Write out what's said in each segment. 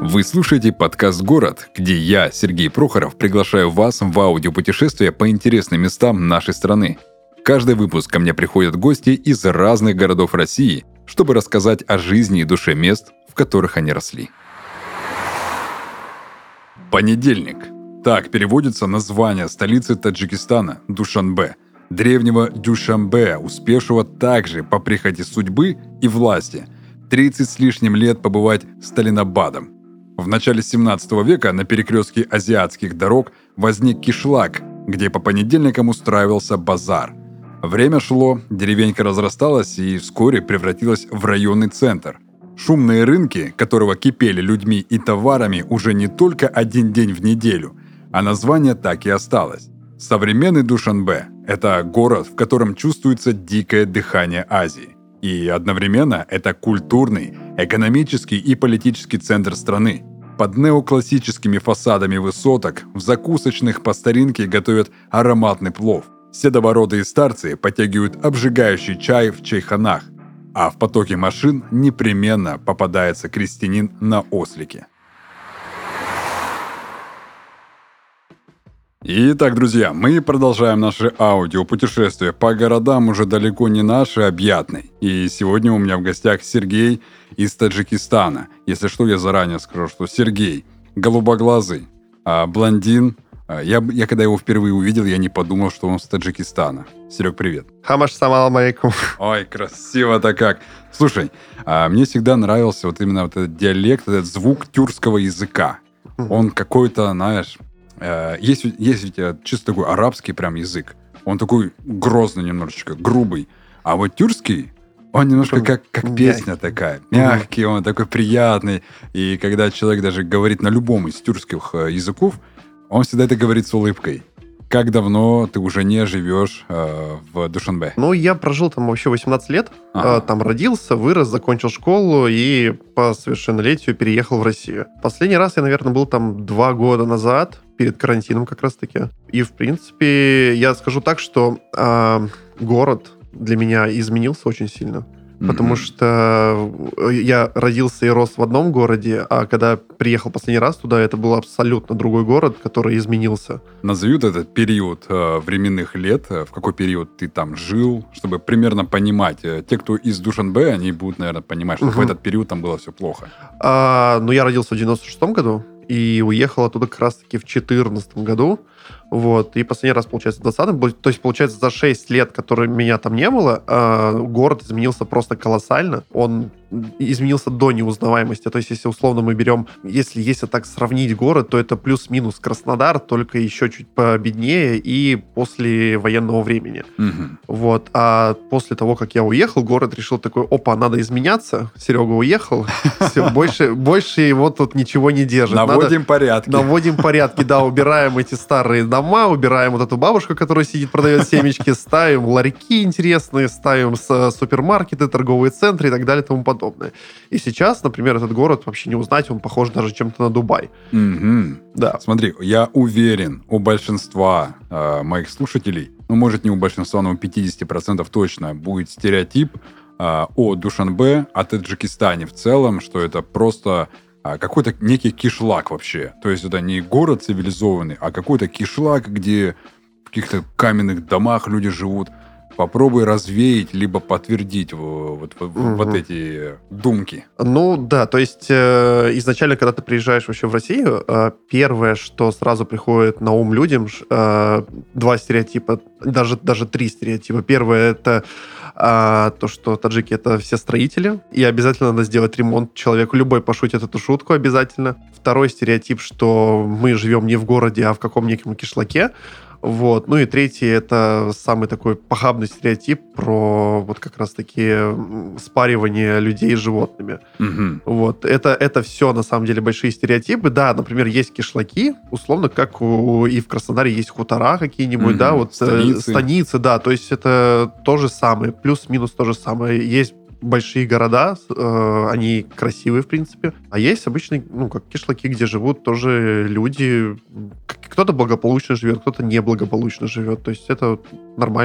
Вы слушаете подкаст «Город», где я, Сергей Прохоров, приглашаю вас в аудиопутешествие по интересным местам нашей страны. Каждый выпуск ко мне приходят гости из разных городов России, чтобы рассказать о жизни и душе мест, в которых они росли. Понедельник. Так переводится название столицы Таджикистана – Душанбе, древнего Дюшанбе, успевшего также по прихоти судьбы и власти 30 с лишним лет побывать Сталинабадом. В начале 17 века на перекрестке азиатских дорог возник кишлак, где по понедельникам устраивался базар. Время шло, деревенька разрасталась и вскоре превратилась в районный центр. Шумные рынки, которого кипели людьми и товарами уже не только один день в неделю, а название так и осталось. Современный Душанбе – это город, в котором чувствуется дикое дыхание Азии. И одновременно это культурный, экономический и политический центр страны. Под неоклассическими фасадами высоток в закусочных по старинке готовят ароматный плов. Седобородые старцы потягивают обжигающий чай в чайханах, а в потоке машин непременно попадается крестьянин на ослике. Итак, друзья, мы продолжаем наше аудиопутешествие по городам уже далеко не нашей объятной. И сегодня у меня в гостях Сергей из Таджикистана. Если что, я заранее скажу, что Сергей голубоглазый, блондин. Я когда его впервые увидел, я не подумал, что он с Таджикистана. Серег, привет. Хамаш салам алейкум. Ой, красиво-то как. Слушай, мне всегда нравился вот именно вот этот диалект, этот звук тюркского языка. Он какой-то, знаешь... Есть у тебя чисто такой арабский прям язык. Он такой грозный немножечко, грубый. А вот тюркский, он немножко как песня такая. Мягкий, он такой приятный. И когда человек даже говорит на любом из тюркских языков, он всегда это говорит с улыбкой. Как давно ты уже не живешь в Душанбе? Ну, я прожил там вообще 18 лет. Там родился, вырос, закончил школу и по совершеннолетию переехал в Россию. Последний раз я, наверное, был там 2 года назад, перед карантином как раз-таки. И, в принципе, я скажу так, что город для меня изменился очень сильно. Потому что я родился и рос в одном городе, а когда приехал последний раз туда, это был абсолютно другой город, который изменился. Назовут этот период временных лет, в какой период ты там жил, чтобы примерно понимать. Те, кто из Душанбе, они будут, наверное, понимать, что в этот период там было все плохо. Ну, я родился в 96-м году и уехал оттуда как раз-таки в 2014 году. Вот. И последний раз, получается, в 2020-м. То есть, получается, за 6 лет, которые меня там не было, город изменился просто колоссально. Он изменился до неузнаваемости. То есть, если условно мы берем... Если так сравнить город, то это плюс-минус Краснодар, только еще чуть победнее и после военного времени. Вот. А после того, как я уехал, город решил такой, опа, надо изменяться. Серега уехал. Все, больше его тут ничего не держит. Наводим порядки. Наводим порядки, да, убираем эти старые дома, убираем вот эту бабушку, которая сидит, продает семечки, ставим ларьки интересные, ставим супермаркеты, торговые центры и так далее и тому подобное. И сейчас, например, этот город вообще не узнать, он похож даже чем-то на Дубай. Да. Смотри, я уверен, у большинства моих слушателей, может не у большинства, но у 50% точно будет стереотип о Душанбе, о Таджикистане в целом, что это просто... какой-то некий кишлак вообще. То есть это не город цивилизованный, а какой-то кишлак, где в каких-то каменных домах люди живут. Попробуй развеять, либо подтвердить вот эти думки. Ну, да, то есть изначально, когда ты приезжаешь вообще в Россию, первое, что сразу приходит на ум людям, 2 стереотипа, даже 3 стереотипа. Первое — это то, что таджики — это все строители, и обязательно надо сделать ремонт человеку. Любой пошутит эту шутку обязательно. Второй стереотип, что мы живем не в городе, а в каком-никаком кишлаке. Вот. Ну и третий — это самый такой похабный стереотип про вот как раз-таки спаривание людей с животными. Вот. Это все, на самом деле, большие стереотипы. Да, например, есть кишлаки, условно, как и в Краснодаре есть хутора какие-нибудь, да, вот станицы, да, то есть это то же самое, плюс-минус то же самое. Есть большие города, они красивые, в принципе. А есть обычные, как кишлаки, где живут тоже люди. Кто-то благополучно живет, кто-то неблагополучно живет. То есть это нормально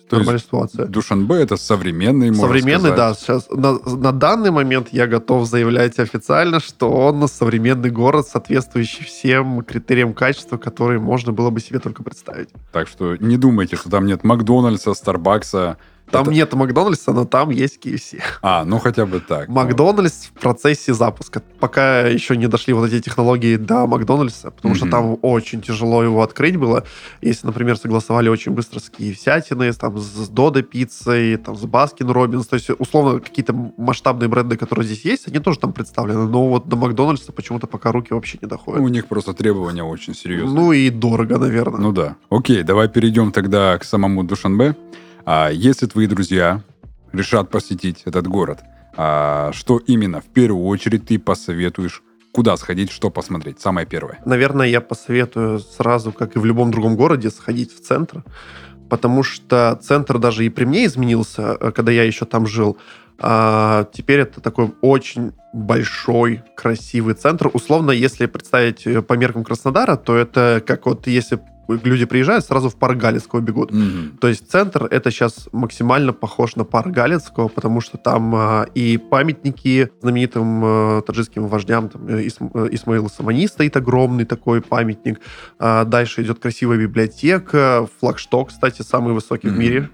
То нормальная есть ситуация. Душанбе — это современный, можно Современный, сказать. да. Сейчас, на данный момент я готов заявлять официально, что он современный город, соответствующий всем критериям качества, которые можно было бы себе только представить. Так что не думайте, что там нет Макдональдса, Старбакса. Там Это- нет Макдональдса, но там есть KFC. Ну хотя бы так. Макдональдс в процессе запуска. Пока еще не дошли вот эти технологии до Макдональдса, потому что Мгм. там очень тяжело его открыть было. Если, например, согласовали очень быстро с KFC-тиной, там, с Додо пиццей, там, с Баскин Робинс, то есть, условно, какие-то масштабные бренды, которые здесь есть, они тоже там представлены, но вот до Макдональдса почему-то пока руки вообще не доходят. У них просто требования очень серьезные. Ну и дорого, наверное. Ну да. Окей, давай перейдем тогда к самому Душанбе. Если твои друзья решат посетить этот город, что именно в первую очередь ты посоветуешь? Куда сходить, что посмотреть? Самое первое. Наверное, я посоветую сразу, как и в любом другом городе, сходить в центр, потому что центр даже и при мне изменился, когда я еще там жил. Теперь это такой очень большой, красивый центр. Условно, если представить по меркам Краснодара, то это как вот если люди приезжают, сразу в парк Галицкого бегут. Мгм. То есть центр это сейчас максимально похож на парк Галицкого, потому что там и памятники знаменитым таджикским вождям, там, Исмаилу Самани стоит огромный такой памятник. Дальше идет красивая библиотека, флагшток, кстати, самый высокий в Мгм. мире.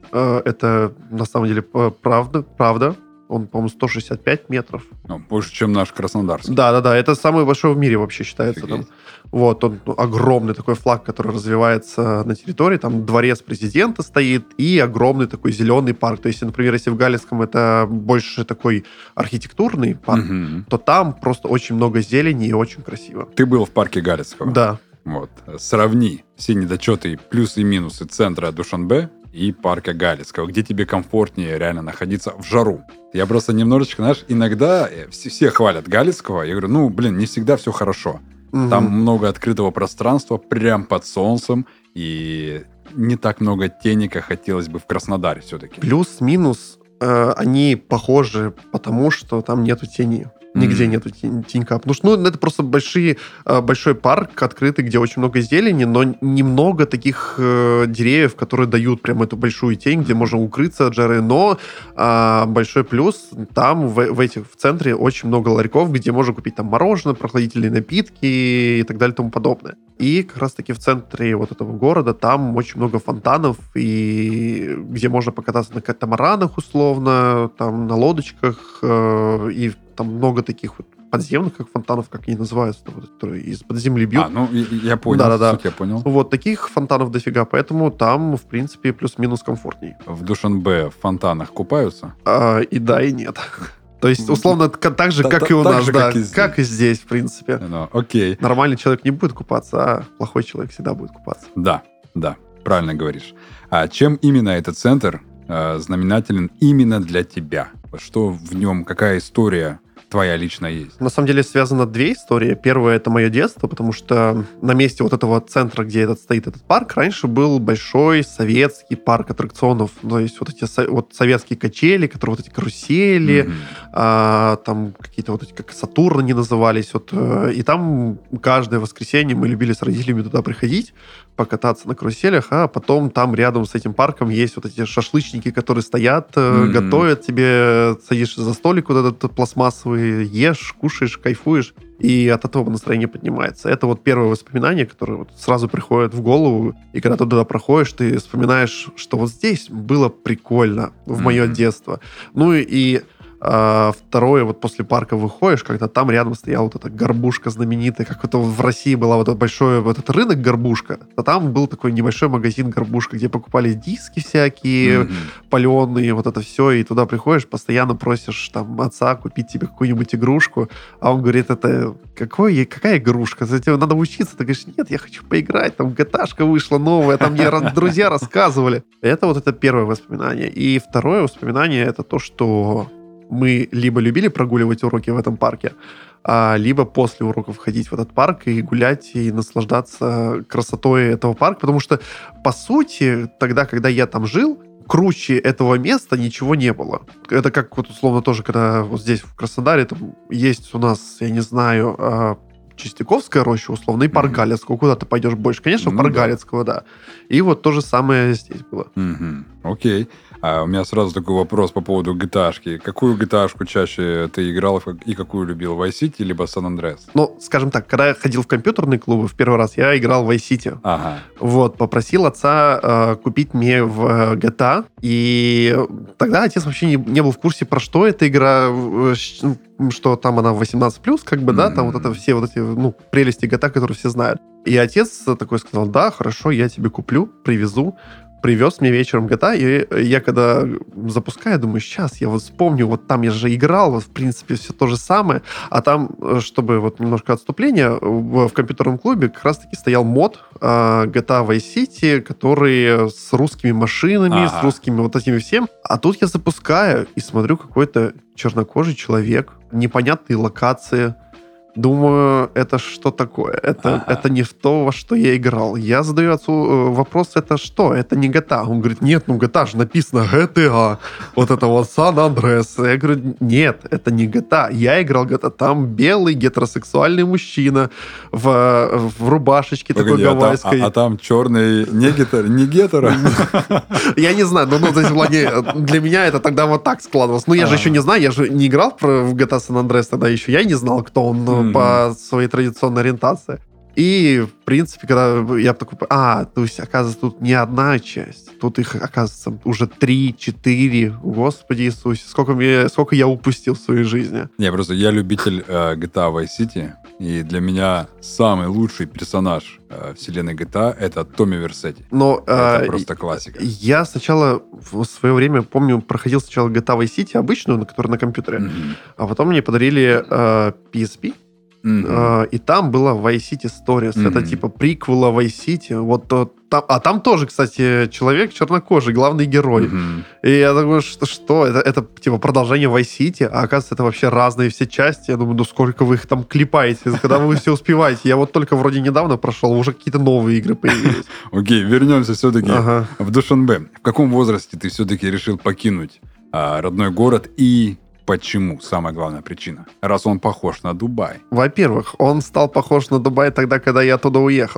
Это на самом деле правда. Он, по-моему, 165 метров. Больше, чем наш Краснодарский. Да, это самый большой в мире вообще считается. Там. Офигеть. Вот, он огромный такой флаг, который развивается на территории, там дворец президента стоит и огромный такой зеленый парк. То есть, например, если в Галицком это больше такой архитектурный парк, Мгм. то там просто очень много зелени и очень красиво. Ты был в парке Галицкого. Да. Вот. Сравни все недочеты, плюсы и минусы центра Душанбе и парка Галицкого, где тебе комфортнее реально находиться в жару. Я просто немножечко, знаешь, иногда все хвалят Галицкого, я говорю, не всегда все хорошо. Там Мгм. много открытого пространства, прям под солнцем, и не так много тени, как хотелось бы в Краснодаре все-таки. Плюс-минус они похожи, потому что там нету тени. Нигде нету тенька. Потому что, это просто большой парк открытый, где очень много зелени, но немного таких деревьев, которые дают прям эту большую тень, где можно укрыться от жары. Но большой плюс, там в центре очень много ларьков, где можно купить там мороженое, прохладительные напитки и так далее и тому подобное. И как раз-таки в центре вот этого города там очень много фонтанов, и где можно покататься на катамаранах условно, там на лодочках, и там много таких вот подземных, как фонтанов, как они называются, вот, которые из-под земли бьют. Я понял, Да-да-да. суть я понял. Вот таких фонтанов дофига, поэтому там, в принципе, плюс-минус комфортней. В Душанбе в фонтанах купаются? И да, и нет. То есть, условно, так же, как и у Так нас, же, да. как и здесь. Как и здесь, в принципе. Окей. Нормальный человек не будет купаться, а плохой человек всегда будет купаться. Да, правильно говоришь. А чем именно этот центр знаменателен именно для тебя? Что в нем, какая история твоя личная есть? На самом деле связано две истории. Первая — это мое детство, потому что на месте вот этого центра, где стоит этот парк, раньше был большой советский парк аттракционов. То есть вот эти советские качели, которые вот эти карусели, Мгм. там какие-то вот эти, как Сатурн они назывались. И там каждое воскресенье мы любили с родителями туда приходить, покататься на каруселях, а потом там рядом с этим парком есть вот эти шашлычники, которые стоят, готовят тебе, садишься за столик вот этот пластмассовый, ешь, кушаешь, кайфуешь, и от этого настроение поднимается. Это вот первое воспоминание, которое вот сразу приходит в голову, и когда ты туда проходишь, ты вспоминаешь, что вот здесь было прикольно в мое детство. Ну и второе, вот после парка выходишь, когда там рядом стояла вот эта горбушка знаменитая, как это в России была вот этот большой вот этот рынок горбушка, а там был такой небольшой магазин горбушка, где покупали диски всякие, паленые, вот это все, и туда приходишь, постоянно просишь там отца купить тебе какую-нибудь игрушку, а он говорит, это какая игрушка? Тебе надо учиться. Ты говоришь, нет, я хочу поиграть, там GTA-шка вышла новая, там мне друзья рассказывали. Это первое воспоминание. И второе воспоминание — это то, что мы либо любили прогуливать уроки в этом парке, либо после уроков ходить в этот парк и гулять, и наслаждаться красотой этого парка, потому что, по сути, тогда, когда я там жил, круче этого места ничего не было. Это как вот условно тоже, когда вот здесь в Краснодаре там есть у нас, я не знаю, Чистяковская роща, условно, и парк Галицкого. Куда ты пойдешь больше? Конечно, в парк Галицкого, да. И вот то же самое здесь было. Окей. А у меня сразу такой вопрос по поводу GTA-шки. Какую GTA-шку чаще ты играл и какую любил? Vice City либо San Andreas? Ну, скажем так, когда я ходил в компьютерные клубы в первый раз, я играл в Vice City. Ага. Вот, попросил отца купить мне в GTA, и тогда отец вообще не был в курсе, про что эта игра, что там она 18+, как бы, да, там вот это все вот эти, прелести GTA, которые все знают. И отец такой сказал: да, хорошо, я тебе куплю, привезу. Привез мне вечером GTA, и я когда запускаю, думаю, сейчас я вот вспомню, вот там я же играл, вот в принципе все то же самое, а там, чтобы вот немножко отступления, в компьютерном клубе как раз-таки стоял мод GTA Vice City, который с русскими машинами, с русскими вот этими всем, а тут я запускаю и смотрю, какой-то чернокожий человек, непонятные локации. Думаю, это что такое? Это не в то, во что я играл. Я задаю отцу вопрос, это что? Это не GTA. Он говорит: нет, GTA же написано GTA. Вот это вот San Andreas. Я говорю: нет, это не GTA. Я играл GTA. Там белый гетеросексуальный мужчина в рубашечке такой гавайской. А там черный не гетеро? Я не знаю, но для меня это тогда вот так складывалось. Ну, я же еще не знаю, я же не играл в GTA San Andreas тогда еще. Я не знал, кто он по своей традиционной ориентации. И, в принципе, когда я такой... то есть, оказывается, тут не одна часть. Тут их, оказывается, уже 3-4. Господи Иисусе, сколько я упустил в своей жизни. Я любитель GTA Vice City. И для меня самый лучший персонаж вселенной GTA — это Томми Версетти. Это просто классика. Я сначала в свое время, помню, проходил сначала GTA Vice City обычную, которая на компьютере, а потом мне подарили PSP. И там была Vice City Stories. Это типа приквела Vice City. Вот там тоже, кстати, человек чернокожий, главный герой. И я думаю, что это типа продолжение Vice City, а оказывается, это вообще разные все части. Я думаю, сколько вы их там клепаете, когда вы все успеваете. Я вот только вроде недавно прошел, уже какие-то новые игры появились. Окей, вернемся все-таки в Душанбе. В каком возрасте ты все-таки решил покинуть родной город и... Почему? Самая главная причина. Раз он похож на Дубай. Во-первых, он стал похож на Дубай тогда, когда я туда уехал.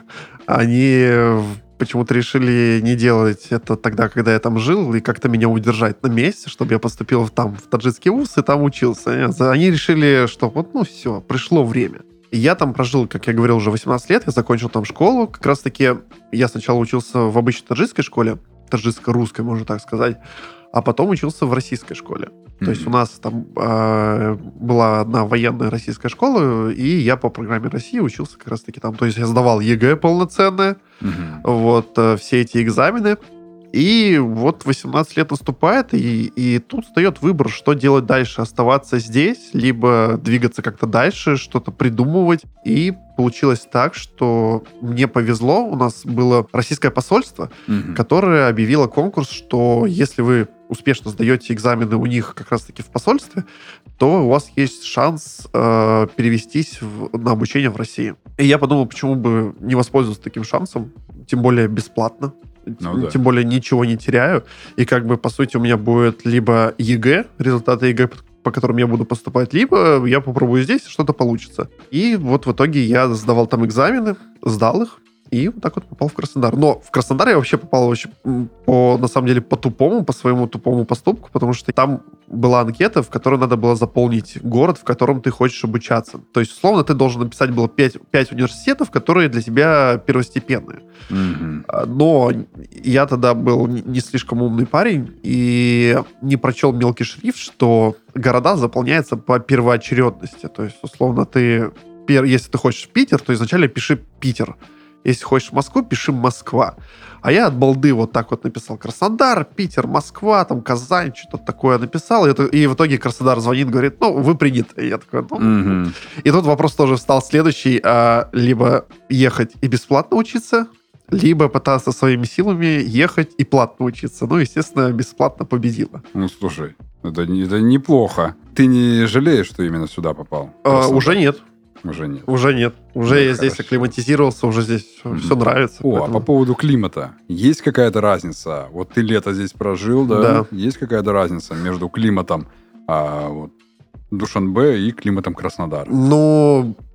Они почему-то решили не делать это тогда, когда я там жил, и как-то меня удержать на месте, чтобы я поступил в таджикский вуз и там учился. Они решили, что все, пришло время. И я там прожил, как я говорил, уже 18 лет, я закончил там школу. Как раз-таки я сначала учился в обычной таджикской школе, таджикско-русской, можно так сказать, а потом учился в российской школе. То есть у нас там была одна военная российская школа, и я по программе России учился как раз-таки там. То есть я сдавал ЕГЭ полноценное, все эти экзамены. И вот 18 лет наступает, и тут встает выбор, что делать дальше. Оставаться здесь, либо двигаться как-то дальше, что-то придумывать. И получилось так, что мне повезло. У нас было российское посольство, которое объявило конкурс, что если вы успешно сдаете экзамены у них как раз-таки в посольстве, то у вас есть шанс перевестись на обучение в России. И я подумал, почему бы не воспользоваться таким шансом, тем более бесплатно. Тем более ничего не теряю. И как бы, по сути, у меня будет либо ЕГЭ, результаты ЕГЭ, по которым я буду поступать, либо я попробую здесь, что-то получится. И вот в итоге я сдавал там экзамены, сдал их, и вот так вот попал в Краснодар. Но в Краснодар я вообще попал на самом деле, по своему тупому поступку, потому что там была анкета, в которой надо было заполнить город, в котором ты хочешь обучаться. То есть, условно, ты должен написать было 5 университетов, которые для тебя первостепенные. Но я тогда был не слишком умный парень и не прочел мелкий шрифт, что города заполняются по первоочередности. То есть, условно, если ты хочешь в Питер, то изначально пиши Питер. Если хочешь в Москву, пиши Москва. А я от балды вот так вот написал Краснодар, Питер, Москва, там Казань, что-то такое написал. И в итоге Краснодар звонит, говорит, вы приняты. И я такой, И тут вопрос тоже встал следующий. Либо ехать и бесплатно учиться, либо пытаться своими силами ехать и платно учиться. Естественно, бесплатно победила. Слушай, это неплохо. Ты не жалеешь, что именно сюда попал? Уже нет. Уже нет. Уже я здесь акклиматизировался, уже здесь все нравится. А по поводу климата. Есть какая-то разница? Вот ты лето здесь прожил, да? Да. Есть какая-то разница между климатом Душанбе и климатом Краснодара?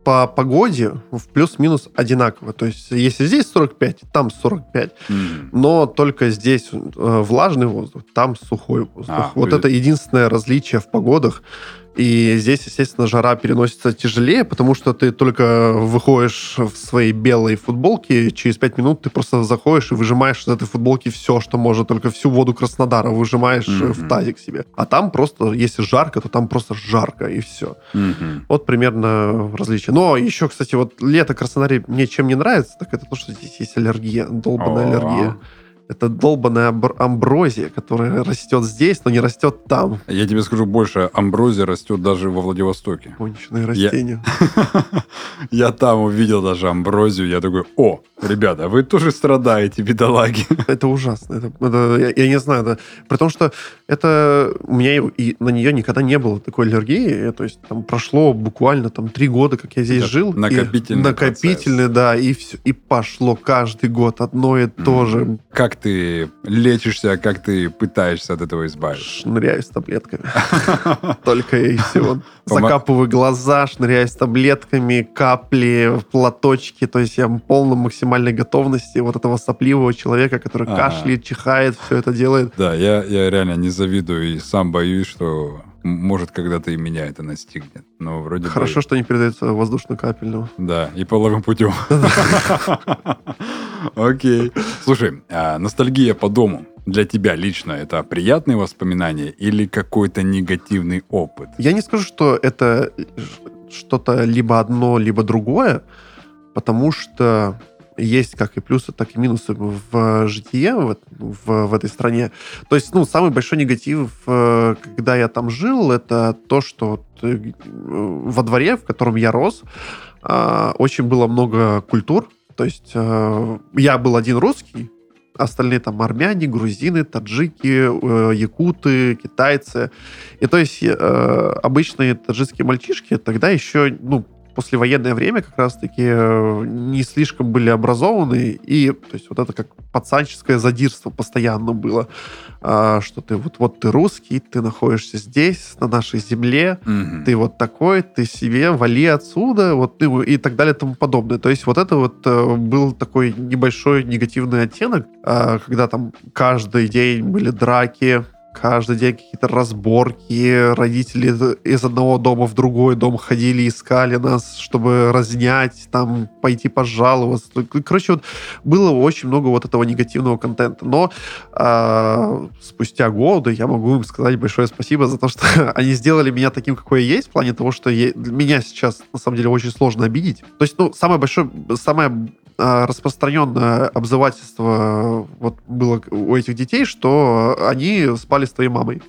по погоде в плюс-минус одинаково. То есть, если здесь 45, там 45. Но только здесь влажный воздух, там сухой воздух. Вот это единственное различие в погодах. И здесь, естественно, жара переносится тяжелее, потому что ты только выходишь в своей белой футболке, через 5 минут ты просто заходишь и выжимаешь из этой футболки все, что можно, только всю воду Краснодара выжимаешь в тазик себе. А там просто, если жарко, то там просто жарко, и все. Вот примерно различие. Но еще, кстати, вот лето в Краснодаре мне чем не нравится, так это то, что здесь есть аллергия, долбаная аллергия. Это долбаная амброзия, которая растет здесь, но не растет там. Я тебе скажу больше, амброзия растет даже во Владивостоке. Конченые растения. Я там увидел даже амброзию, я такой, ребята, вы тоже страдаете, бедолаги. Это ужасно. Я не знаю, при том, что это у меня и на нее никогда не было такой аллергии. То есть там прошло буквально 3 года, как я здесь жил. Накопительный, да, и все. И пошло каждый год одно и то же. Как ты лечишься, как ты пытаешься от этого избавиться? Шныряюсь таблетками. Только и всего. Закапываю глаза, шныряюсь таблетками, капли, платочки. То есть я в полной максимальной готовности вот этого сопливого человека, который кашляет, чихает, все это делает. Да, я реально не завидую и сам боюсь, что может когда-то и меня это настигнет. Но вроде Хорошо, что не передается воздушно-капельного. Да, и половым путем. Окей. Слушай, ностальгия по дому для тебя лично это приятные воспоминания или какой-то негативный опыт? Я не скажу, что это что-то либо одно, либо другое, потому что есть как и плюсы, так и минусы в житие в этой стране. То есть, самый большой негатив, когда я там жил, это то, что во дворе, в котором я рос, очень было много культур. То есть я был один русский, остальные там армяне, грузины, таджики, якуты, китайцы. И то есть обычные таджикские мальчишки тогда еще, послевоенное время как раз-таки не слишком были образованы, и то есть вот это как пацанческое задирство постоянно было, что ты вот ты русский, ты находишься здесь, на нашей земле, ты вот такой, ты себе, вали отсюда, и так далее и тому подобное. То есть вот это был такой небольшой негативный оттенок, когда там каждый день были драки, каждый день какие-то разборки, родители из одного дома в другой дом ходили, искали нас, чтобы разнять, там, пойти пожаловаться. Короче, было очень много этого негативного контента. Но спустя годы я могу им сказать большое спасибо за то, что они сделали меня таким, какой я есть, в плане того, что меня сейчас, на самом деле, очень сложно обидеть. То есть, самое распространенное обзывательство было у этих детей, что они спали с твоей мамой.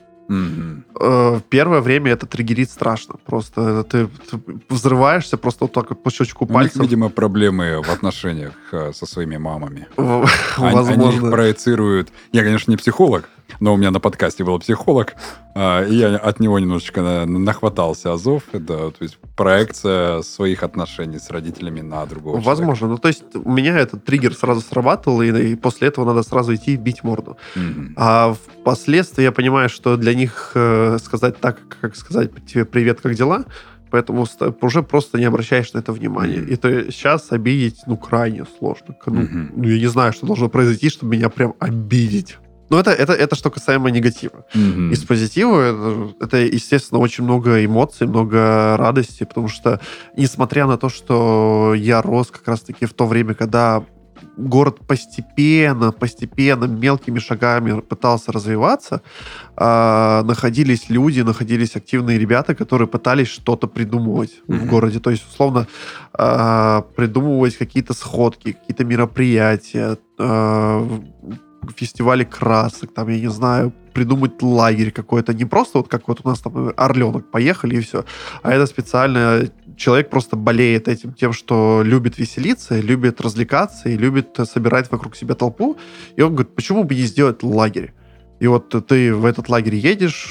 Первое время это триггерит страшно. Просто ты взрываешься просто вот так вот по щелчку пальцем. У них, видимо, проблемы в отношениях со своими мамами. Возможно. Они их проецируют. Я, конечно, не психолог, но у меня на подкасте был психолог, и я от него немножечко нахватался азов. Это, то есть, проекция своих отношений с родителями на другого человека. Возможно. То есть, у меня этот триггер сразу срабатывал, и после этого надо сразу идти и бить морду. А впоследствии я понимаю, что для них сказать так, как сказать тебе «привет, как дела?», поэтому уже просто не обращаешь на это внимания. И то сейчас обидеть, крайне сложно. Я не знаю, что должно произойти, чтобы меня прям обидеть. Но это что касаемо негатива. Из позитива это, естественно, очень много эмоций, много радости, потому что, несмотря на то, что я рос как раз-таки в то время, когда город постепенно, мелкими шагами пытался развиваться, находились люди, находились активные ребята, которые пытались что-то придумывать в городе. То есть, условно, придумывать какие-то сходки, какие-то мероприятия, фестивали красок, там, я не знаю, придумать лагерь какой-то. Не просто как у нас там Орленок, поехали и все. А это специально человек просто болеет тем, что любит веселиться, любит развлекаться и любит собирать вокруг себя толпу. И он говорит, почему бы не сделать лагерь? И ты в этот лагерь едешь,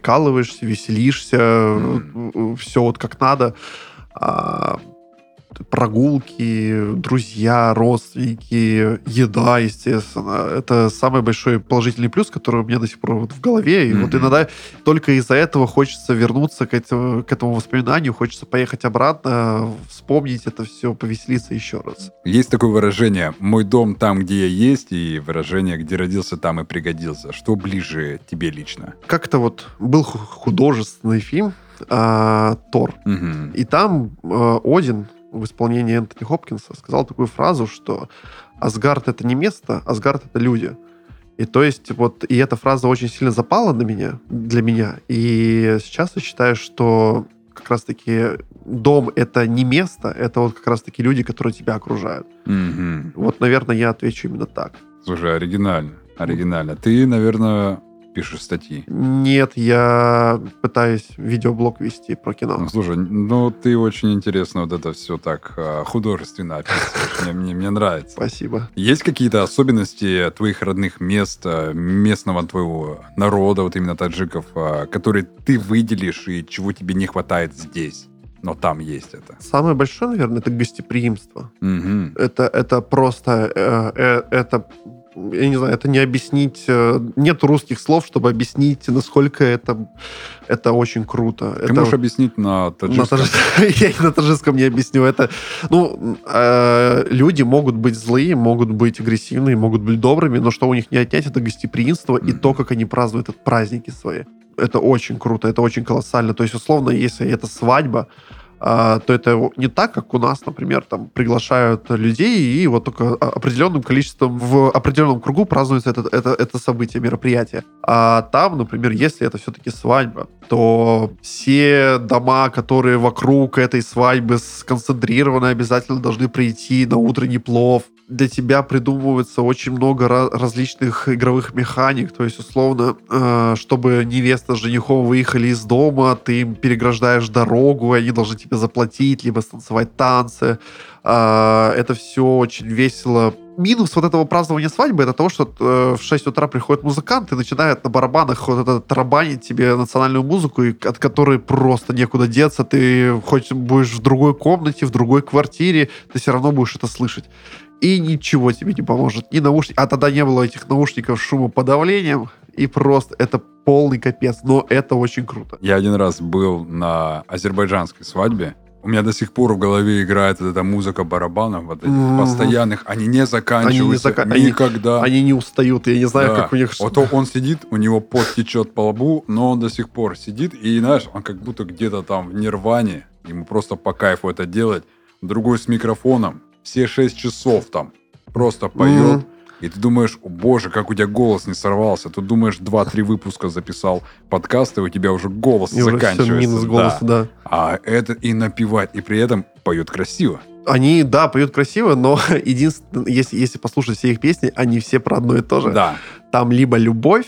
прикалываешься, веселишься, все как надо. прогулки, друзья, родственники, еда, естественно. Это самый большой положительный плюс, который у меня до сих пор вот в голове. И вот иногда только из-за этого хочется вернуться к этому воспоминанию, хочется поехать обратно, вспомнить это все, повеселиться еще раз. Есть такое выражение «мой дом там, где я есть», и выражение «где родился, там и пригодился». Что ближе тебе лично? Как-то вот был художественный фильм «Тор». Мгм. И там Один в исполнении Энтони Хопкинса сказал такую фразу, что Асгард — это не место, Асгард — это люди. И то есть вот и эта фраза очень сильно запала для меня. И сейчас я считаю, что как раз-таки дом — это не место, это вот как раз-таки люди, которые тебя окружают. Мгм. Вот, наверное, я отвечу именно так. Слушай, оригинально. Оригинально. Ты, наверное, пишешь статьи. Нет, я пытаюсь видеоблог вести про кино. Ну, слушай, ну ты очень интересно вот это все так художественно описываешь. Мне нравится. Спасибо. Есть какие-то особенности твоих родных мест, местного твоего народа, вот именно таджиков, которые ты выделишь и чего тебе не хватает здесь? Но там есть это. Самое большое, наверное, это гостеприимство. Мгм. Это просто... это, я не знаю, это не объяснить... Нет русских слов, чтобы объяснить, насколько это очень круто. Ты можешь объяснить на таджикском? Я и на таджикском не объясню. Это, люди могут быть злые, могут быть агрессивные, могут быть добрыми, но что у них не отнять, это гостеприимство и то, как они празднуют праздники свои. Это очень круто, это очень колоссально. То есть, условно, если это свадьба, то это не так, как у нас, например, там приглашают людей, и вот только определенным количеством в определенном кругу празднуется это событие, мероприятие. А там, например, если это все-таки свадьба, то все дома, которые вокруг этой свадьбы сконцентрированы, обязательно должны прийти на утренний плов. Для тебя придумывается очень много различных игровых механик. То есть, условно, чтобы невеста с женихом выехали из дома, ты им переграждаешь дорогу, и они должны тебе заплатить, либо станцевать танцы. Это все очень весело. Минус вот этого празднования свадьбы — это того, что в 6 утра приходят музыканты и начинают на барабанах вот это тарабанить тебе национальную музыку, от которой просто некуда деться. Ты хоть будешь в другой комнате, в другой квартире, ты все равно будешь это слышать. И ничего тебе не поможет. Ни наушник... А тогда не было этих наушников с шумоподавлением. И просто это полный капец. Но это очень круто. Я один раз был на азербайджанской свадьбе. У меня до сих пор в голове играет вот эта музыка барабанов, вот этих постоянных. Они не заканчиваются никогда. Они не устают. Я не знаю, Да. как у них... Вот он сидит, у него пот течет по лбу, но он до сих пор сидит. И, знаешь, он как будто где-то там в нирване. Ему просто по кайфу это делать. Другой с микрофоном. Все 6 часов там просто поет. И ты думаешь, о боже, как у тебя голос не сорвался. Тут думаешь, 2-3 выпуска записал подкаст, и у тебя уже голос И уже заканчивается. всё, минус голоса, да. А это и напевать, и при этом поет красиво. Они, да, поют красиво, но единственное, если послушать все их песни, они все про одно и то же. Да. Там либо любовь,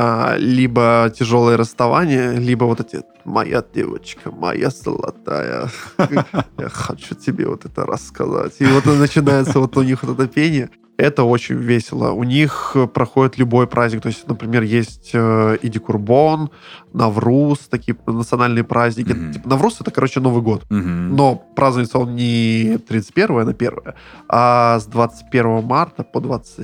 либо тяжелое расставание, либо вот эти «Моя девочка, моя золотая, я хочу тебе вот это рассказать». И вот начинается вот у них вот это пение. Это очень весело. У них проходит любой праздник. То есть, например, есть Иди Курбон, Навруз, такие национальные праздники. Типа, Навруз — это, короче, Новый год. Но празднуется он не 31-е на 1-е, а с 21 марта по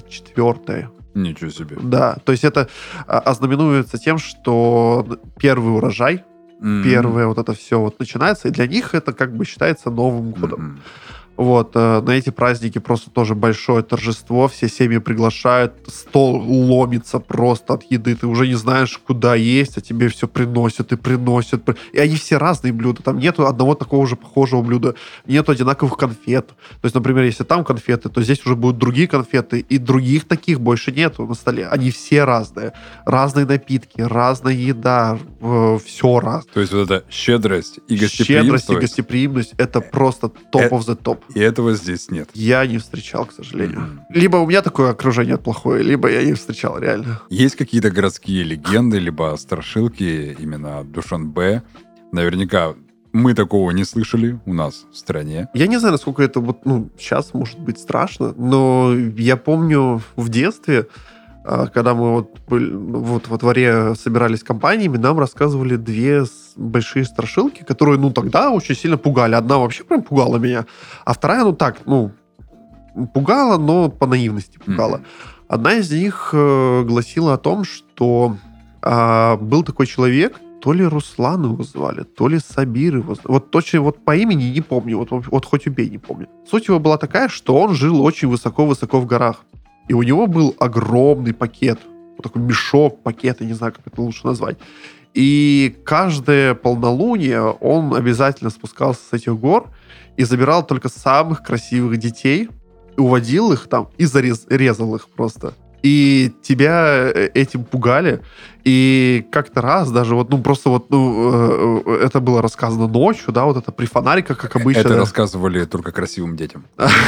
24. Ничего себе. Да, то есть это ознаменуется тем, что первый урожай, первое вот это все вот начинается, и для них это как бы считается Новым годом. Вот, на эти праздники просто тоже большое торжество, все семьи приглашают, стол ломится просто от еды, ты уже не знаешь, куда есть, а тебе все приносят и приносят. И они все разные блюда, там нету одного такого же похожего блюда, нету одинаковых конфет. То есть, например, если там конфеты, то здесь уже будут другие конфеты, и других таких больше нету на столе. Они все разные. Разные напитки, разная еда, все разное. То есть вот эта щедрость и гостеприимство. Щедрость и гостеприимность — это просто топ of the top. И этого здесь нет. Я не встречал, к сожалению. Либо у меня такое окружение плохое, либо я не встречал, реально. Есть какие-то городские легенды, либо страшилки именно Душанбе. Наверняка мы такого не слышали у нас в стране. Я не знаю, насколько это вот, сейчас может быть страшно, но я помню в детстве когда мы во дворе собирались компаниями, нам рассказывали две большие страшилки, которые, тогда очень сильно пугали. Одна вообще прям пугала меня, а вторая, пугала, но по наивности пугала. Одна из них гласила о том, что был такой человек, то ли Руслан его звали, то ли Сабир его звали. Вот точно по имени не помню, вот хоть убей, не помню. Суть его была такая, что он жил очень высоко-высоко в горах. И у него был огромный пакет, вот такой мешок, пакет, я не знаю, как это лучше назвать. И каждое полнолуние он обязательно спускался с этих гор и забирал только самых красивых детей, уводил их там и резал их просто. И тебя этим пугали. И как-то раз даже это было рассказано ночью, да, вот это при фонариках, как обычно. Это рассказывали только красивым детям.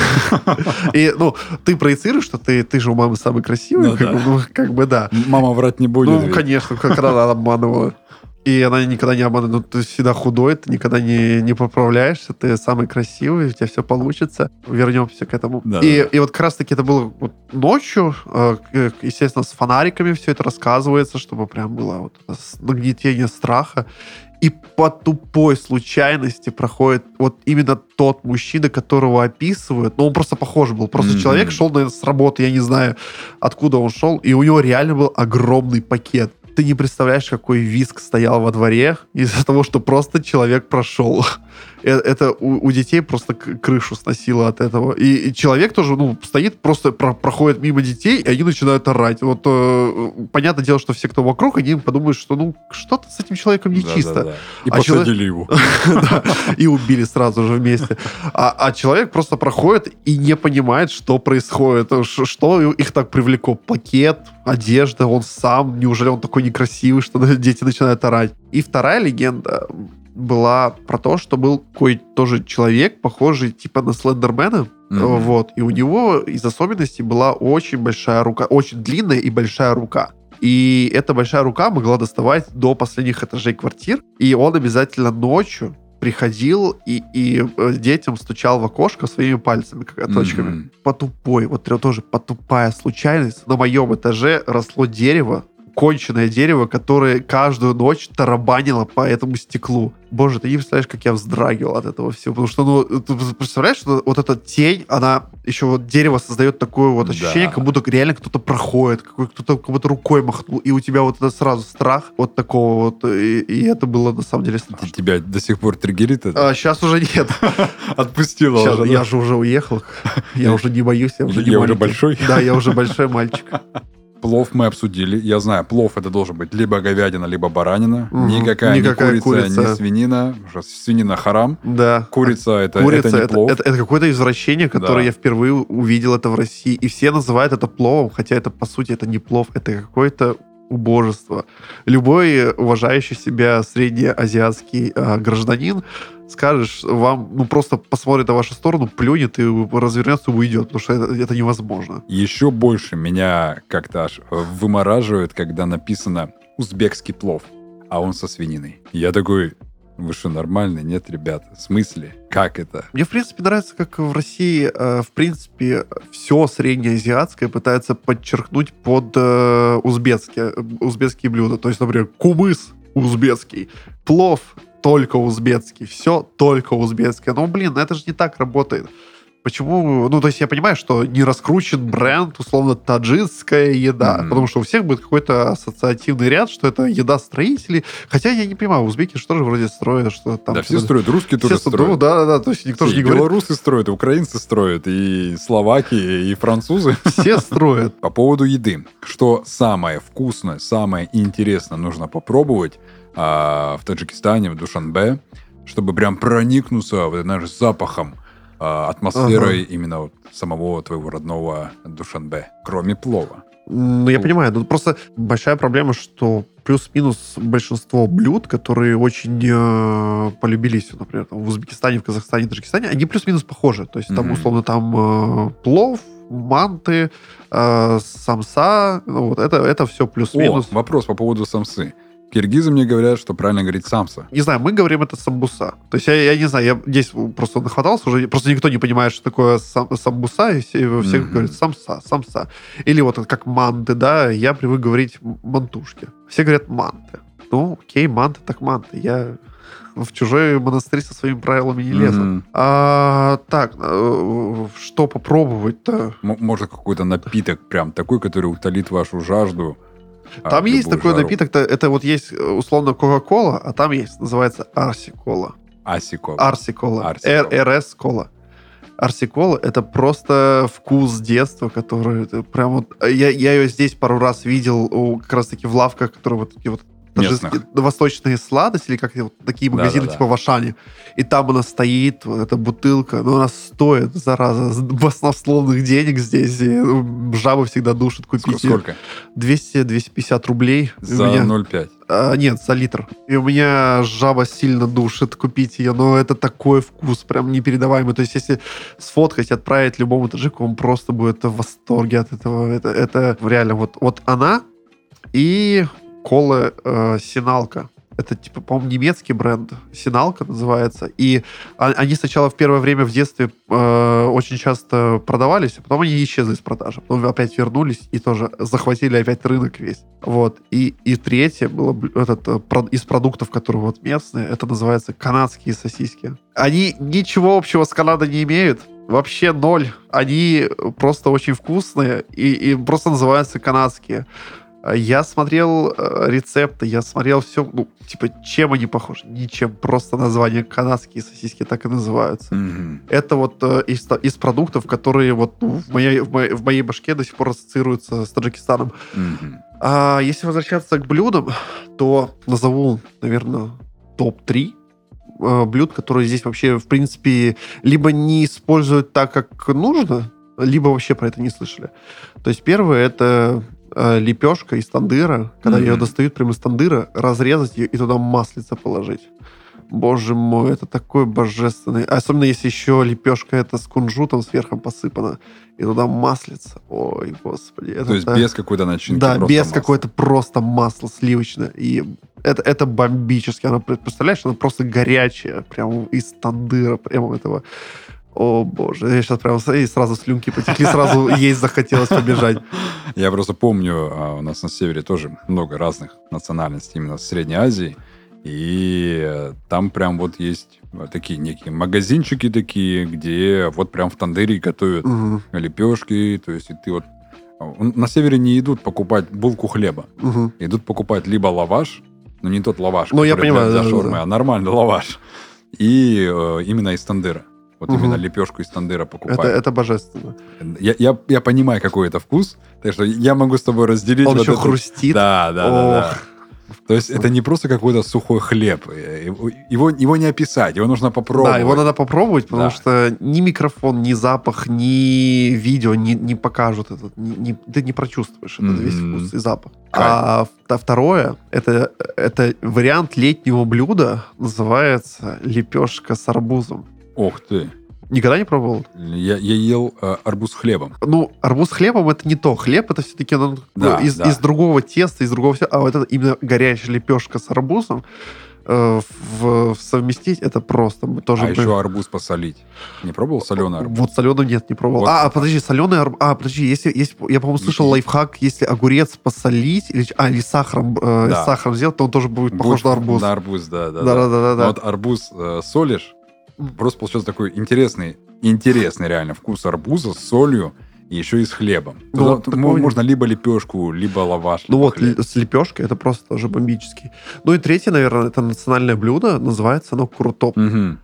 И, ты проецируешь, что ты же у мамы самый красивый, да. Мама врать не будет. Конечно, когда она обманывала. И она никогда не обманывает. Ты всегда худой, ты никогда не поправляешься, ты самый красивый, у тебя все получится. Вернемся к этому. Да, и вот как раз-таки это было ночью, естественно, с фонариками все это рассказывается, чтобы прям было нагнетение страха. И по тупой случайности проходит вот именно тот мужчина, которого описывают. Он просто похож был. Просто человек шел, наверное, с работы, я не знаю, откуда он шел, и у него реально был огромный пакет. Ты не представляешь, какой визг стоял во дворе из-за того, что просто человек прошел. Это у детей просто крышу сносило от этого. И человек тоже, стоит, просто проходит мимо детей, и они начинают орать. Понятное дело, что все, кто вокруг, они подумают, что что-то с этим человеком нечисто. Да. И посадили его. И убили сразу же вместе. А человек просто проходит и не понимает, что происходит. Что их так привлекло? Пакет, одежда, он сам. Неужели он такой некрасивый, что дети начинают орать? И вторая легенда была про то, что был какой-то тоже человек, похожий типа на Слендермена. И у него из особенностей была очень большая рука, очень длинная и большая рука. И эта большая рука могла доставать до последних этажей квартир. И он обязательно ночью приходил и детям стучал в окошко своими пальцами, точками. По тупая случайность. На моем этаже росло дерево, конченое дерево, которое каждую ночь тарабанило по этому стеклу. Боже, ты не представляешь, как я вздрагивал от этого всего. Потому что, ты представляешь, что вот эта тень, она еще дерево создает такое ощущение, как будто реально кто-то проходит, кто-то как будто рукой махнул, и у тебя это сразу страх такого и это было на самом деле страшно. Тебя до сих пор триггерит это? Сейчас уже нет. Отпустила уже. Я же уже уехал. Я уже не боюсь, я уже не маленький. Я уже большой? Да, я уже большой мальчик. Плов мы обсудили. Я знаю, плов это должен быть либо говядина, либо баранина. Никакая не курица, не свинина. Свинина харам. Да. Курица это не плов. Это какое-то извращение, которое я впервые увидел это в России. И все называют это пловом, хотя это, по сути, это не плов. Это какое-то убожество. Любой уважающий себя среднеазиатский гражданин скажешь, вам просто посмотрит на вашу сторону, плюнет и развернется и уйдет, потому что это невозможно. Еще больше меня как-то аж вымораживает, когда написано «узбекский плов», а он со свининой. Я такой, вы что, нормальные? Нет, ребята, в смысле? Как это? Мне, в принципе, нравится, как в России, в принципе, все среднеазиатское пытается подчеркнуть под узбекские блюда. То есть, например, кумыс узбекский, плов только узбекский, все только узбекское. Это же не так работает. Почему? То есть я понимаю, что не раскручен бренд, условно, таджикская еда, потому что у всех будет какой-то ассоциативный ряд, что это еда строителей. Хотя я не понимаю, узбеки что же вроде строят, что там... Да, все строят, русские тоже строят. Да, то есть никто же не говорит... Белорусы строят, и украинцы строят, и словаки, и французы. Все строят. По поводу еды. Что самое вкусное, самое интересное нужно попробовать в Таджикистане, в Душанбе, чтобы прям проникнуться запахом, атмосферой именно самого твоего родного Душанбе, кроме плова. Я понимаю, просто большая проблема, что плюс-минус большинство блюд, которые очень полюбились, например, в Узбекистане, в Казахстане, в Таджикистане, они плюс-минус похожи. То есть там, условно, там плов, манты, самса, это все плюс-минус. Вопрос по поводу самсы. Киргизы мне говорят, что правильно говорить самса. Не знаю, мы говорим это самбуса. То есть я не знаю, я здесь просто нахватался уже, просто никто не понимает, что такое самбуса, и все говорят самса. Или вот как манты, да, я привык говорить мантушки. Все говорят манты. Ну, окей, манты так манты. Я в чужой монастырь со своими правилами не лезу. Так, что попробовать-то? Может, какой-то напиток прям такой, который утолит вашу жажду. Там есть такой напиток, это вот есть условно Кока-Кола, а там есть, называется Арси-кола. Арси-кола. РС-кола. Арси-кола — это просто вкус детства, который прям вот... Я ее здесь пару раз видел как раз-таки в лавках, которые вот такие вот восточные сладости, или как такие магазины типа в Ашане. И там она стоит, вот эта бутылка, но она стоит, зараза, баснословных денег здесь. И жабы всегда душат купить. Сколько? 200-250 рублей. За 0,5? Нет, за литр. И у меня жаба сильно душит купить ее, но это такой вкус, прям непередаваемый. То есть если сфоткать, отправить любому таджику, он просто будет в восторге от этого. Это реально вот она и... Кола Синалка. Это, типа, по-моему, немецкий бренд. Синалка называется. И они сначала в первое время в детстве очень часто продавались, а потом они исчезли из продажи. Потом опять вернулись и тоже захватили опять рынок весь. Вот. И третье было из продуктов, которые вот местные, это называется канадские сосиски. Они ничего общего с Канадой не имеют. Вообще ноль. Они просто очень вкусные и просто называются канадские. Я смотрел рецепты, я смотрел все, ну, типа, чем они похожи? Ничем. Просто название канадские сосиски так и называются. Mm-hmm. Это вот из продуктов, которые вот в моей башке до сих пор ассоциируются с Таджикистаном. Mm-hmm. А если возвращаться к блюдам, то назову, наверное, топ-3 блюд, которые здесь вообще, в принципе, либо не используют так, как нужно, либо вообще про это не слышали. То есть первое — это... лепешка из тандыра, когда ее достают прямо из тандыра, разрезать ее и туда маслица положить. Боже мой, это такой божественный. Особенно если еще лепешка это с кунжутом сверху посыпана, и туда маслица. Ой, господи. То есть без какой-то начинки? Да, без масло. какое-то просто масло сливочное. И это бомбически. Она, представляешь, она просто горячая, прям из тандыра, прямо этого... О, боже, я сейчас прям и сразу слюнки потекли, сразу есть захотелось побежать. Я просто помню, у нас на севере тоже много разных национальностей, именно с Средней Азии, и там прям вот есть такие некие магазинчики такие, где вот прям в тандыре готовят лепешки, то есть и ты вот... На севере не идут покупать булку хлеба, идут покупать либо лаваш, но не тот лаваш, который я понимаю, для шаурмы, а нормальный лаваш, и именно из тандыра. Вот именно лепешку из тандыра покупают. Это божественно. Я понимаю, какой это вкус, так что я могу с тобой разделить. Он вот еще это. хрустит. Да. То есть это не просто какой-то сухой хлеб. Его не описать, его нужно попробовать. Да, его надо попробовать, потому что ни микрофон, ни запах, ни видео не покажут это. Ты не прочувствуешь этот весь вкус и запах. А второе, это вариант летнего блюда, называется лепешка с арбузом. Ох ты. Никогда не пробовал? Я ел арбуз с хлебом. Ну, арбуз с хлебом это не то. Хлеб это все-таки из другого теста, из другого всего. А вот это именно горячая лепешка с арбузом совместить, это просто. Тоже еще арбуз посолить. Не пробовал соленый арбуз? Вот соленый нет, не пробовал. Вот. Подожди, соленый арбуз. Подожди, если я, по-моему, слышал лайфхак, если огурец посолить или сахаром сделать, то он тоже будет похож на арбуз. На арбуз, да. Вот арбуз солишь, просто получается такой интересный реально вкус арбуза с солью и еще и с хлебом. Можно либо лепешку, либо лаваш. Ну вот, с лепешкой это просто тоже бомбический. Ну и третье, наверное, это национальное блюдо. Называется оно курутоп.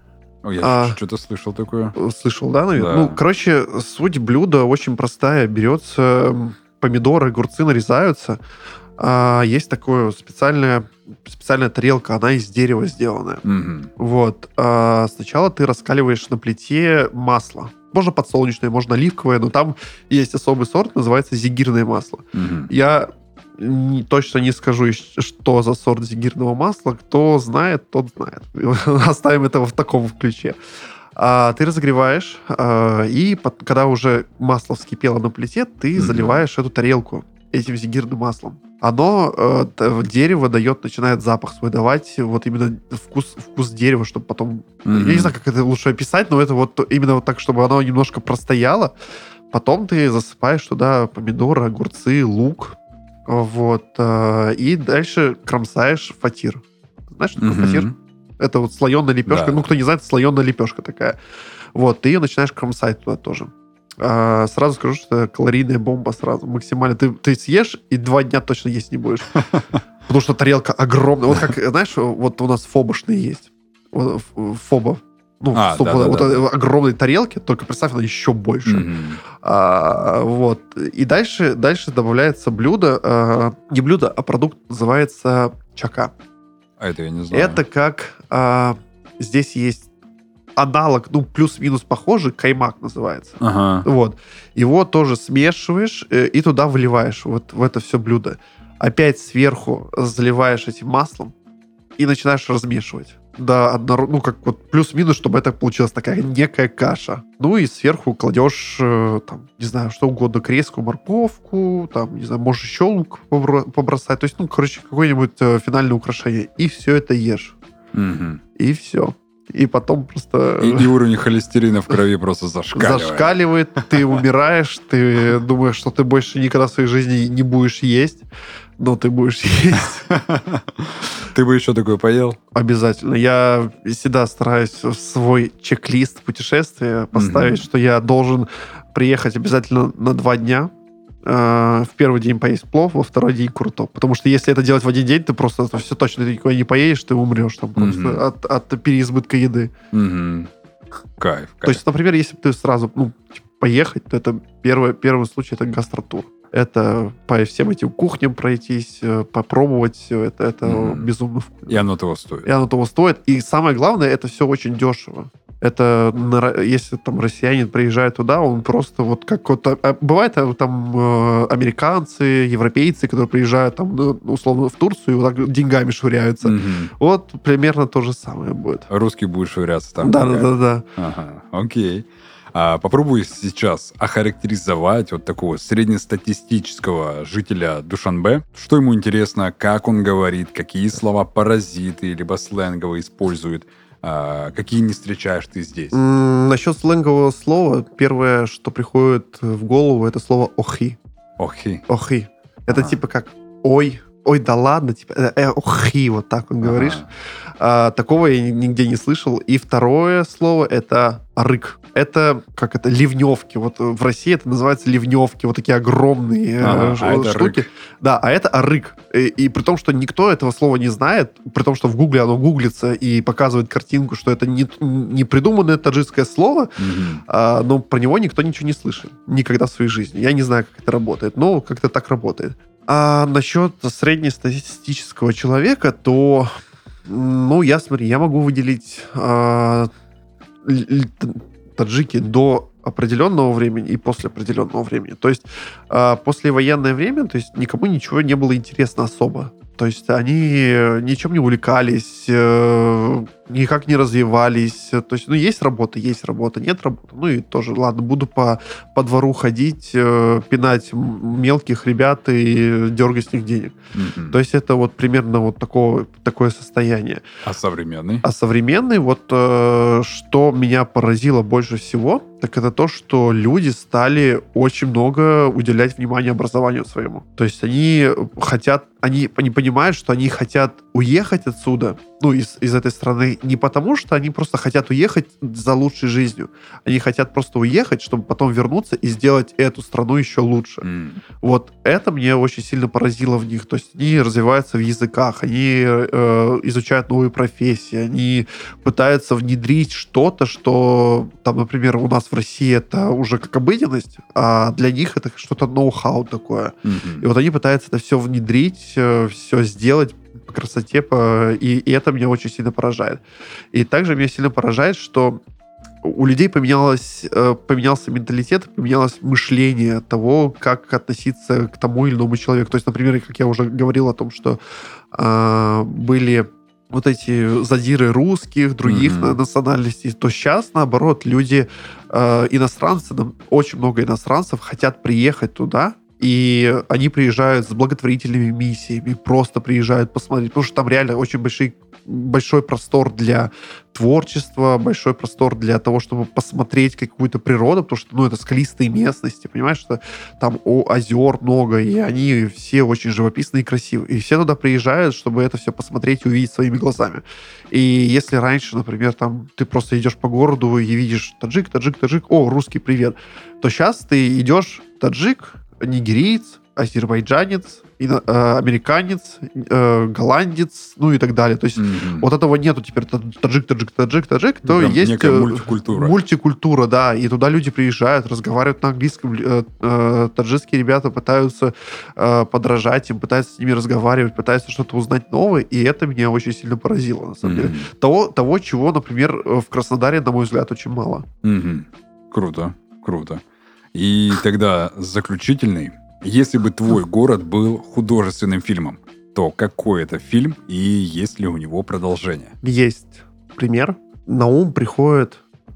Я что-то слышал такое. Слышал, да, наверное? Да. Ну, короче, суть блюда очень простая. Берется помидоры, огурцы нарезаются. Есть такое специальная тарелка, она из дерева сделанная. Вот. Сначала ты раскаливаешь на плите масло. Можно подсолнечное, можно оливковое, но там есть особый сорт, называется зигирное масло. Я точно не скажу, что за сорт зигирного масла. Кто знает, тот знает. Оставим это в таком ключе. Ты разогреваешь, и когда уже масло вскипело на плите, ты заливаешь эту тарелку этим зигирным маслом. Оно дерево начинает запах свой давать, вот именно вкус дерева, чтобы потом... Я не знаю, как это лучше описать, но это вот именно вот так, чтобы оно немножко простояло. Потом ты засыпаешь туда помидоры, огурцы, лук. Вот. И дальше кромсаешь фатир. Знаешь, что такое фатир? Это вот слоеная лепешка. Да. Ну, кто не знает, слоеная лепешка такая. Вот. Ты ее начинаешь кромсать туда тоже. Сразу скажу, что это калорийная бомба сразу. Максимально. Ты съешь, и 2 дня точно есть не будешь. Потому что тарелка огромная. Вот как, знаешь, вот у нас фобошные есть. Фоба. Ну, вот огромные тарелки, только представь, она еще больше. Вот. И дальше добавляется блюдо. Не блюдо, а продукт называется чака. А это я не знаю. Это как... здесь есть аналог, ну, плюс-минус похожий, каймак называется. Вот. Его тоже смешиваешь и туда выливаешь, вот в это все блюдо. Опять сверху заливаешь этим маслом и начинаешь размешивать. Да, ну, как вот плюс-минус, чтобы это получилась такая некая каша. Ну, и сверху кладешь, там, не знаю, что угодно, крестскую морковку, там, не знаю, можешь еще лук побросать. То есть, ну, короче, какое-нибудь финальное украшение. И все это ешь. И все. И потом просто... И уровень холестерина в крови просто зашкаливает. Зашкаливает, ты умираешь, ты думаешь, что ты больше никогда в своей жизни не будешь есть, но ты будешь есть. Ты бы еще такое поел? Обязательно. Я всегда стараюсь в свой чек-лист путешествия поставить, что я должен приехать обязательно на 2 дня. В первый день поесть плов, во второй день курток. Потому что если это делать в один день, ты просто все точно ты никуда не поедешь, ты умрешь там просто от переизбытка еды. Кайф. То есть, например, если бы ты сразу поехать, то это первый случай, это гастротур. Это по всем этим кухням пройтись, попробовать все. Это безумно вкусно. И оно того стоит. И самое главное, это все очень дешево. Это, если там россиянин приезжает туда, он просто вот как вот... Бывает там американцы, европейцы, которые приезжают там, условно, в Турцию и вот так деньгами швыряются. Вот примерно то же самое будет. Русский будет швыряться там. Да. Ага, окей. Попробуй сейчас охарактеризовать вот такого среднестатистического жителя Душанбе. Что ему интересно, как он говорит, какие слова паразиты либо сленговые использует. Какие не встречаешь ты здесь? Насчет сленгового слова, первое, что приходит в голову, это слово «охи». Охи. Это типа как «ой», да ладно, типа «охи», вот так вот говоришь. Такого я нигде не слышал. И второе слово — это «рык». Это ливневки. Вот в России это называется ливневки. Вот такие огромные штуки. Да, а это арык. И при том, что никто этого слова не знает, при том, что в Гугле оно гуглится и показывает картинку, что это не придуманное таджикское слово, но про него никто ничего не слышит. Никогда в своей жизни. Я не знаю, как это работает, но как-то так работает. А насчет среднестатистического человека, то, я могу выделить таджики до определенного времени и после определенного времени. То есть послевоенное время, то есть никому ничего не было интересно особо. То есть они ничем не увлекались, никак не развивались. То есть, есть работа, нет работы. И тоже, ладно, буду по двору ходить, пинать мелких ребят и дергать с них денег. То есть это вот примерно вот такое состояние. А современный? А современный, вот что меня поразило больше всего, так это то, что люди стали очень много уделять внимания образованию своему. То есть они понимают, что они хотят уехать отсюда, из этой страны, не потому, что они просто хотят уехать за лучшей жизнью. Они хотят просто уехать, чтобы потом вернуться и сделать эту страну еще лучше. Вот это мне очень сильно поразило в них. То есть они развиваются в языках, они изучают новые профессии, они пытаются внедрить что-то, что, там, например, у нас в России это уже как обыденность, а для них это что-то ноу-хау такое. И вот они пытаются это все внедрить, все сделать по красоте, и это меня очень сильно поражает. И также меня сильно поражает, что у людей поменялся менталитет, поменялось мышление того, как относиться к тому или иному человеку. То есть, например, как я уже говорил о том, что были вот эти задиры русских, других национальностей, то сейчас, наоборот, люди, иностранцы, очень много иностранцев хотят приехать туда И они приезжают с благотворительными миссиями, просто приезжают посмотреть, потому что там реально очень большой простор для творчества, большой простор для того, чтобы посмотреть какую-то природу, потому что, это скалистые местности, понимаешь, что там озер много, и они все очень живописные и красивые. И все туда приезжают, чтобы это все посмотреть и увидеть своими глазами. И если раньше, например, там ты просто идешь по городу и видишь таджик, о, русский, привет, то сейчас ты идешь таджик, нигериец, азербайджанец, американец, голландец, и так далее. То есть вот этого нету теперь таджик, то Прям есть некая мультикультура. Мультикультура, да. И туда люди приезжают, разговаривают на английском. Таджикские ребята пытаются подражать им, пытаются с ними разговаривать, пытаются что-то узнать новое, и это меня очень сильно поразило, на самом деле. Того, чего, например, в Краснодаре, на мой взгляд, очень мало. Круто. И тогда заключительный. Если бы твой город был художественным фильмом, то какой это фильм и есть ли у него продолжение? Есть пример. На ум приходят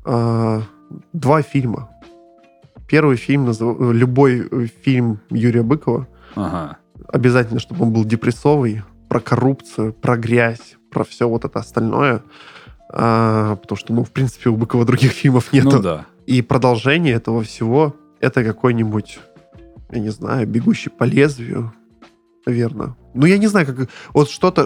2 фильма. Первый фильм, любой фильм Юрия Быкова, обязательно, чтобы он был депрессовый, про коррупцию, про грязь, про все вот это остальное. Потому что, в принципе, у Быкова других фильмов нету. Да. И продолжение этого всего это какой-нибудь, я не знаю, «Бегущий по лезвию», наверное. Я не знаю, как вот что-то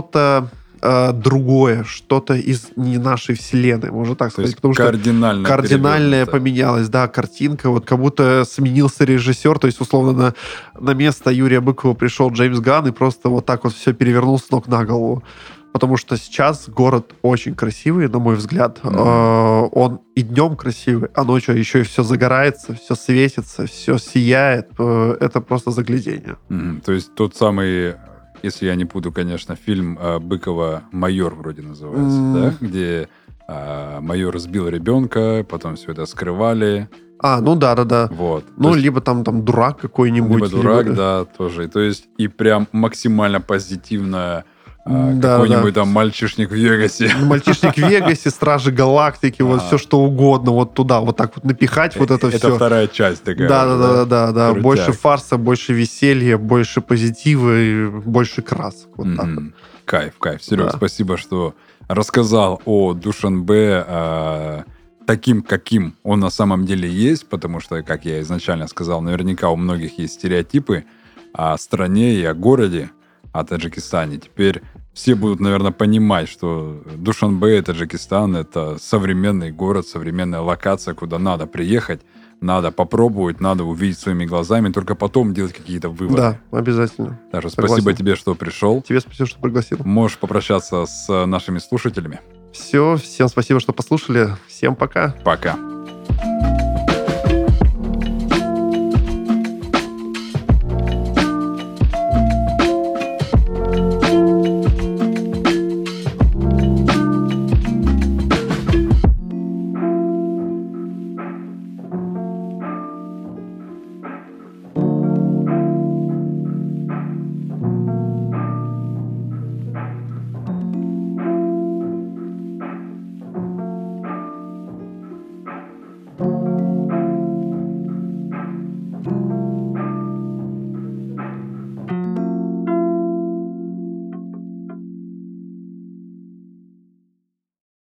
другое, что-то из не нашей вселенной, можно так сказать. Потому что кардинальная поменялась, да, картинка, вот как будто сменился режиссер, то есть, условно, на место Юрия Быкова пришел Джеймс Ганн и просто вот так вот все перевернул с ног на голову. Потому что сейчас город очень красивый, на мой взгляд. Он и днем красивый, а ночью еще и все загорается, все светится, все сияет. Это просто заглядение. То есть тот самый, если я не путаю, конечно, фильм Быкова «Майор» вроде называется, да? Где майор сбил ребенка, потом все это скрывали. Да. Вот. Либо там дурак какой-нибудь. Либо дурак, да, тоже. То есть и прям максимально позитивно какой-нибудь там «Мальчишник в Вегасе». «Мальчишник в Вегасе», «Стражи Галактики», вот все что угодно, вот туда, вот так вот напихать вот это все. Это вторая часть такая. Да. Больше фарса, больше веселья, больше позитива и больше красок. Вот так вот. Кайф. Серег, спасибо, что рассказал о Душанбе таким, каким он на самом деле есть, потому что, как я изначально сказал, наверняка у многих есть стереотипы о стране и о городе, о Таджикистане. Теперь все будут, наверное, понимать, что Душанбе и Таджикистан — это современный город, современная локация, куда надо приехать, надо попробовать, надо увидеть своими глазами, только потом делать какие-то выводы. Да, обязательно. Так что спасибо тебе, что пришел. Тебе спасибо, что пригласил. Можешь попрощаться с нашими слушателями. Все, всем спасибо, что послушали. Всем пока. Пока.